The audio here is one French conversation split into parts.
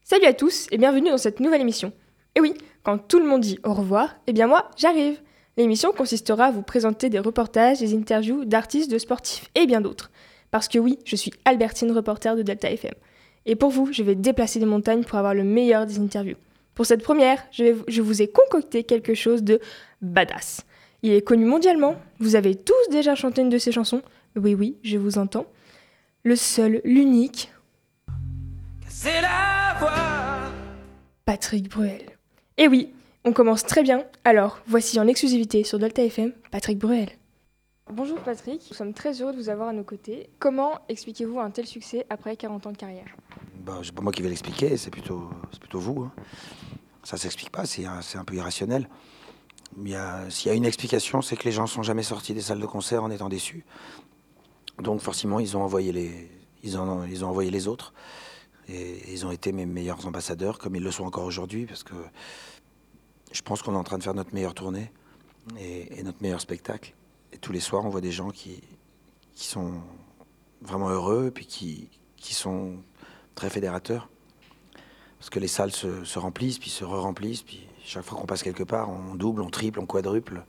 Salut à tous et bienvenue dans cette nouvelle émission. Et oui, quand tout le monde dit au revoir, eh bien moi, j'arrive. L'émission consistera à vous présenter des reportages, des interviews d'artistes, de sportifs et bien d'autres. Parce que oui, je suis Albertine, reporter de Delta FM. Et pour vous, je vais déplacer des montagnes pour avoir le meilleur des interviews. Pour cette première, je vous ai concocté quelque chose de badass. Il est connu mondialement, vous avez tous déjà chanté une de ses chansons. Oui, oui, je vous entends. Le seul, l'unique, C'est la voix. Patrick Bruel. Et oui, on commence très bien. Alors, voici en exclusivité sur Delta FM, Patrick Bruel. Bonjour Patrick, nous sommes très heureux de vous avoir à nos côtés. Comment expliquez-vous un tel succès après 40 ans de carrière ? C'est pas moi qui vais l'expliquer, c'est plutôt vous. Hein. Ça s'explique pas, c'est un peu irrationnel. S'il y a une explication, c'est que les gens sont jamais sortis des salles de concert en étant déçus. Donc forcément, ils ont envoyé les autres. Et ils ont été mes meilleurs ambassadeurs, comme ils le sont encore aujourd'hui, parce que je pense qu'on est en train de faire notre meilleure tournée et notre meilleur spectacle. Et tous les soirs, on voit des gens qui sont vraiment heureux, et puis qui sont très fédérateurs. Parce que les salles se remplissent, puis se re-remplissent, puis chaque fois qu'on passe quelque part, on double, on triple, on quadruple.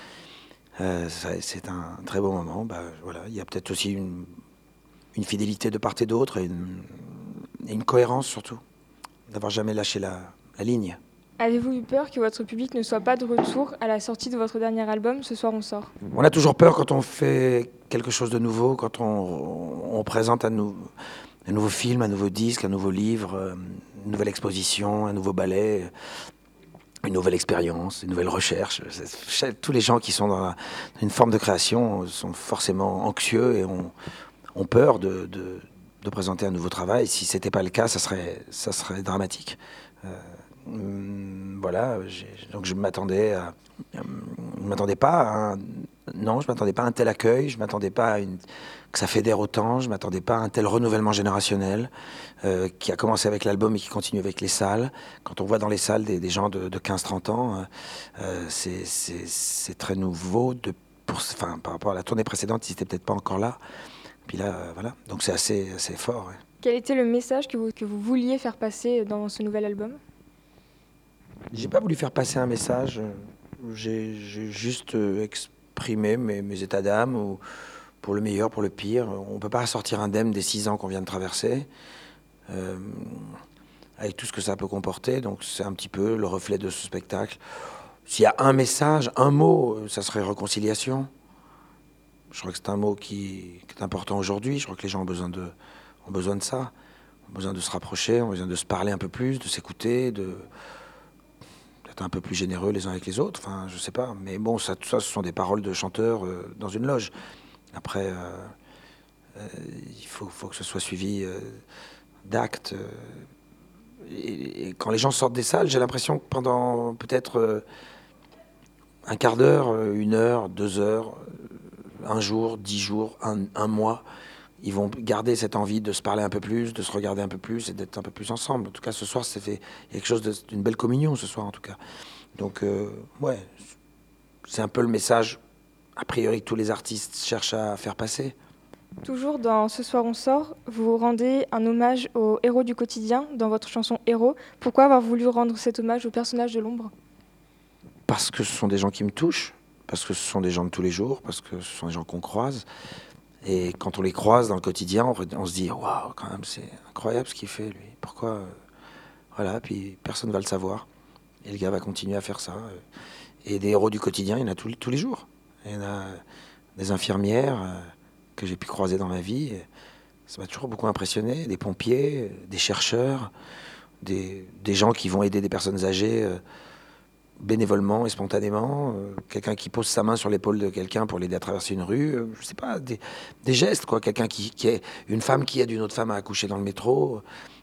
C'est un très beau moment. Voilà. Il y a peut-être aussi une fidélité de part et d'autre, et une cohérence surtout, d'avoir jamais lâché la ligne. Avez-vous eu peur que votre public ne soit pas de retour à la sortie de votre dernier album, Ce soir on sort ? On a toujours peur quand on fait quelque chose de nouveau, quand on présente un nouveau film, un nouveau disque, un nouveau livre, une nouvelle exposition, un nouveau ballet, une nouvelle expérience, une nouvelle recherche. Tous les gens qui sont dans une forme de création sont forcément anxieux et ont peur de présenter un nouveau travail. Si c'était pas le cas, ça serait dramatique. Voilà, donc je m'attendais pas à un tel accueil, je m'attendais pas que ça fédère autant, je m'attendais pas à un tel renouvellement générationnel qui a commencé avec l'album et qui continue avec les salles. Quand on voit dans les salles des gens de 15-30 ans, c'est très nouveau. Par rapport à la tournée précédente, ils n'étaient peut-être pas encore là. Puis là, voilà, donc c'est assez fort. Ouais. Quel était le message que vous vouliez faire passer dans ce nouvel album ? J'ai pas voulu faire passer un message, j'ai juste exprimé mes états d'âme, ou pour le meilleur, pour le pire. On peut pas sortir indemne des 6 ans qu'on vient de traverser, avec tout ce que ça peut comporter, donc c'est un petit peu le reflet de ce spectacle. S'il y a un message, un mot, ça serait réconciliation. Je crois que c'est un mot qui est important aujourd'hui, je crois que les gens ont besoin de ça, ont besoin de se rapprocher, ont besoin de se parler un peu plus, de s'écouter, d'être un peu plus généreux les uns avec les autres, enfin je sais pas, mais bon, tout ça ce sont des paroles de chanteurs dans une loge. Après, il faut que ce soit suivi d'actes. Et quand les gens sortent des salles, j'ai l'impression que pendant peut-être un quart d'heure, 1 heure, 2 heures, un jour, 10 jours, un mois, ils vont garder cette envie de se parler un peu plus, de se regarder un peu plus et d'être un peu plus ensemble. En tout cas, ce soir, il y a quelque chose d'une belle communion ce soir, en tout cas. Donc, ouais, c'est un peu le message, a priori, que tous les artistes cherchent à faire passer. Toujours dans Ce soir on sort, vous rendez un hommage aux héros du quotidien dans votre chanson Héros. Pourquoi avoir voulu rendre cet hommage au personnage de l'ombre ? Parce que ce sont des gens qui me touchent, parce que ce sont des gens de tous les jours, parce que ce sont des gens qu'on croise. Et quand on les croise dans le quotidien, on se dit « Waouh, quand même, c'est incroyable ce qu'il fait, lui. Pourquoi ?» Voilà, puis personne ne va le savoir. Et le gars va continuer à faire ça. Et des héros du quotidien, il y en a tous les jours. Il y en a des infirmières que j'ai pu croiser dans ma vie. Ça m'a toujours beaucoup impressionné. Des pompiers, des chercheurs, des gens qui vont aider des personnes âgées bénévolement et spontanément. Quelqu'un qui pose sa main sur l'épaule de quelqu'un pour l'aider à traverser une rue. Je sais pas, des gestes, quoi. Quelqu'un qui est une femme qui aide une autre femme à accoucher dans le métro.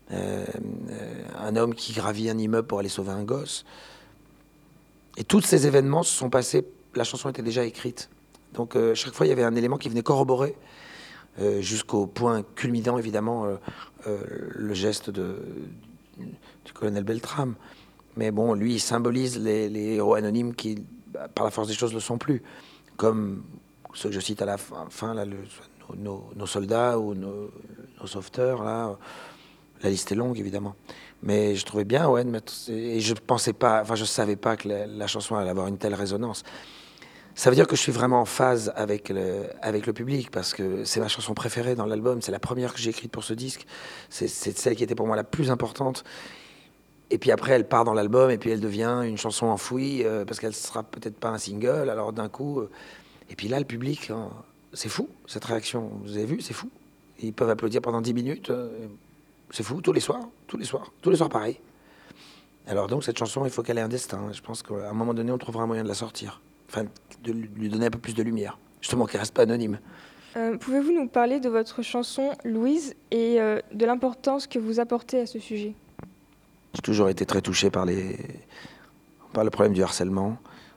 Un homme qui gravit un immeuble pour aller sauver un gosse. Et tous ces événements se sont passés, la chanson était déjà écrite. Donc chaque fois, il y avait un élément qui venait corroborer, jusqu'au point culminant, évidemment, le geste du colonel Beltrame. Mais bon, lui, il symbolise les héros anonymes qui, par la force des choses, ne le sont plus. Comme ceux que je cite à la fin, là, nos soldats ou nos sauveteurs, là, La liste est longue, évidemment. Mais je trouvais bien, ouais, de mettre... Et je pensais pas, enfin, je savais pas que la chanson allait avoir une telle résonance. Ça veut dire que je suis vraiment en phase avec le public, parce que c'est ma chanson préférée dans l'album. C'est la première que j'ai écrite pour ce disque. C'est celle qui était pour moi la plus importante. Et puis après, elle part dans l'album, et puis elle devient une chanson enfouie, parce qu'elle sera peut-être pas un single. Alors d'un coup... Et puis là, le public, hein, c'est fou, cette réaction. Vous avez vu, c'est fou. Ils peuvent applaudir pendant 10 minutes. C'est fou, tous les soirs, pareil. Alors donc, cette chanson, il faut qu'elle ait un destin. Je pense qu'à un moment donné, on trouvera un moyen de la sortir. Enfin, de lui donner un peu plus de lumière. Justement, qu'elle reste pas anonyme. Pouvez-vous nous parler de votre chanson Louise et de l'importance que vous apportez à ce sujet? J'ai toujours été très touché par le problème du harcèlement.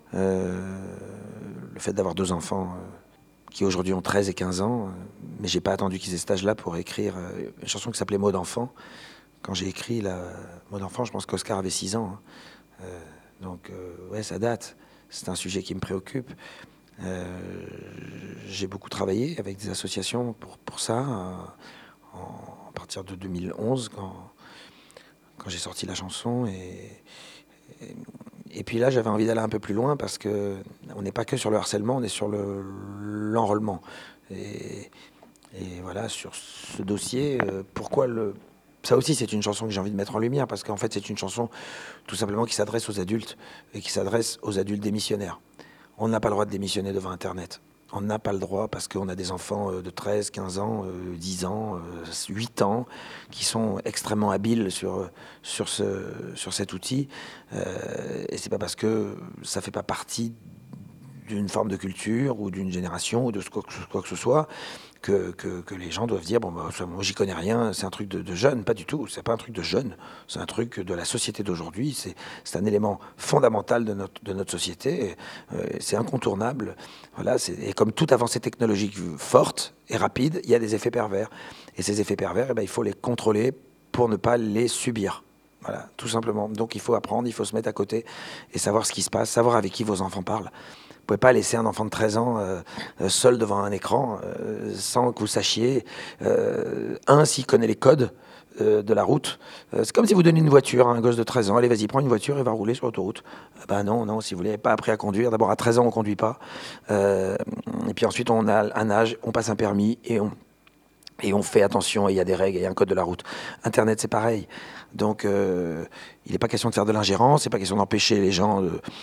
Le fait d'avoir 2 enfants qui aujourd'hui ont 13 et 15 ans. Mais j'ai pas attendu qu'ils aient cet âge-là pour écrire une chanson qui s'appelait Mots d'enfant. Quand j'ai écrit Mots d'enfant, je pense qu'Oscar avait 6 ans. Donc, ouais, ça date. C'est un sujet qui me préoccupe. J'ai beaucoup travaillé avec des associations pour ça, à partir de 2011, quand j'ai sorti la chanson. Et puis là, j'avais envie d'aller un peu plus loin, parce qu'on n'est pas que sur le harcèlement, on est sur l'enrôlement. Et voilà, sur ce dossier, pourquoi ça aussi, c'est une chanson que j'ai envie de mettre en lumière, parce qu'en fait, c'est une chanson tout simplement qui s'adresse aux adultes, et qui s'adresse aux adultes démissionnaires. On n'a pas le droit de démissionner devant Internet. On n'a pas le droit, parce qu'on a des enfants de 13, 15 ans, 10 ans, 8 ans, qui sont extrêmement habiles sur cet outil. Et c'est pas parce que ça fait pas partie d'une forme de culture ou d'une génération ou de quoi que ce soit que les gens doivent dire, bon, bah, moi j'y connais rien, c'est un truc de jeune. Pas du tout, c'est pas un truc de jeune, c'est un truc de la société d'aujourd'hui, c'est un élément fondamental de notre société, c'est incontournable. Voilà, et comme toute avancée technologique forte et rapide, il y a des effets pervers. Et ces effets pervers, il faut les contrôler pour ne pas les subir. Voilà, tout simplement. Donc il faut apprendre, il faut se mettre à côté et savoir ce qui se passe, savoir avec qui vos enfants parlent. Vous ne pouvez pas laisser un enfant de 13 ans seul devant un écran sans que vous sachiez, s'il connaît les codes de la route. C'est comme si vous donnez une voiture à un gosse de 13 ans. Allez, vas-y, prends une voiture et va rouler sur l'autoroute. Ben non, si vous n'avez pas appris à conduire, d'abord à 13 ans, on ne conduit pas. Et puis ensuite, on a un âge, on passe un permis et on fait attention, et il y a des règles, il y a un code de la route. Internet, c'est pareil. Donc, il n'est pas question de faire de l'ingérence, il n'est pas question d'empêcher les gens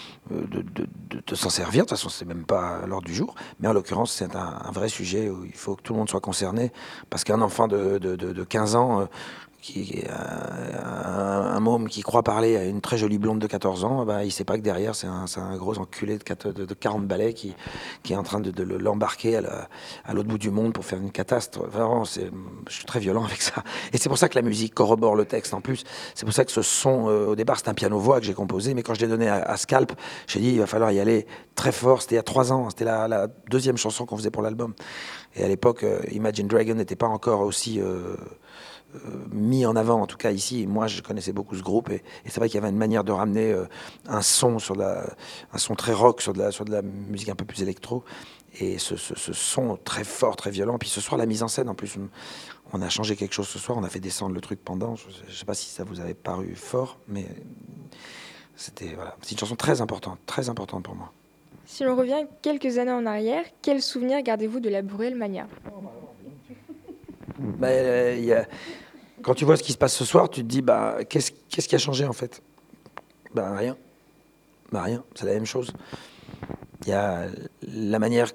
de s'en servir. De toute façon, c'est même pas à l'ordre du jour. Mais en l'occurrence, c'est un vrai sujet où il faut que tout le monde soit concerné. Parce qu'un enfant de 15 ans... qui est un môme qui croit parler à une très jolie blonde de 14 ans, il ne sait pas que derrière, c'est un gros enculé de 40 balais qui est en train de l'embarquer à l'autre bout du monde pour faire une catastrophe. Vraiment, je suis très violent avec ça. Et c'est pour ça que la musique corrobore le texte en plus. C'est pour ça que ce son, au départ, c'est un piano-voix que j'ai composé, mais quand je l'ai donné à Scalp, j'ai dit, il va falloir y aller très fort. C'était il y a 3 ans, c'était la 2e chanson qu'on faisait pour l'album. Et à l'époque, Imagine Dragon n'était pas encore aussi... mis en avant, en tout cas ici. Moi, je connaissais beaucoup ce groupe, et c'est vrai qu'il y avait une manière de ramener un son très rock sur de la musique un peu plus électro, et ce son très fort, très violent. Puis ce soir, la mise en scène, en plus, on a changé quelque chose ce soir, on a fait descendre le truc pendant. Je ne sais pas si ça vous avait paru fort, mais c'est une chanson très importante pour moi. Si l'on revient quelques années en arrière, quels souvenirs gardez-vous de la Bruelle Mania? Quand tu vois ce qui se passe ce soir, tu te dis, qu'est-ce qui a changé en fait? Rien. Rien, c'est la même chose. Il y a la manière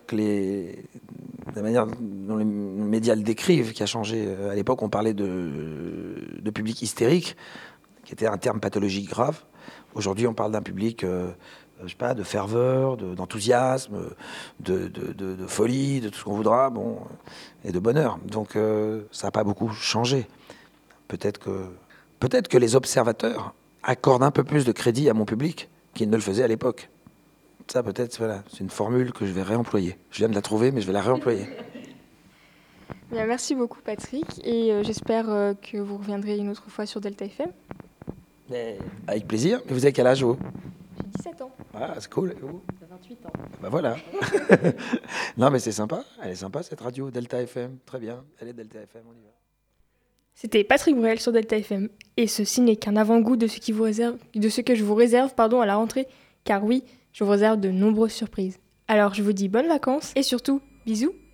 dont les médias le décrivent qui a changé. À l'époque, on parlait de public hystérique, qui était un terme pathologique grave. Aujourd'hui, on parle d'un public, je sais pas, de ferveur, d'enthousiasme, de folie, de tout ce qu'on voudra, et de bonheur. Donc, ça n'a pas beaucoup changé. Peut-être que les observateurs accordent un peu plus de crédit à mon public qu'ils ne le faisaient à l'époque. Ça, peut-être, c'est une formule que je vais réemployer. Je viens de la trouver, mais je vais la réemployer. Bien, merci beaucoup, Patrick, et j'espère que vous reviendrez une autre fois sur Delta FM. Avec plaisir. Mais vous avez quel âge, vous? J'ai 17 ans. Ah, c'est cool. Et vous? J'ai 28 ans. Voilà. Non, mais c'est sympa. Elle est sympa, cette radio, Delta FM. Très bien. Elle est Delta FM, on y va. C'était Patrick Bruel sur Delta FM. Et ceci n'est qu'un avant-goût de ce que je vous réserve à la rentrée. Car oui, je vous réserve de nombreuses surprises. Alors je vous dis bonnes vacances et surtout, bisous.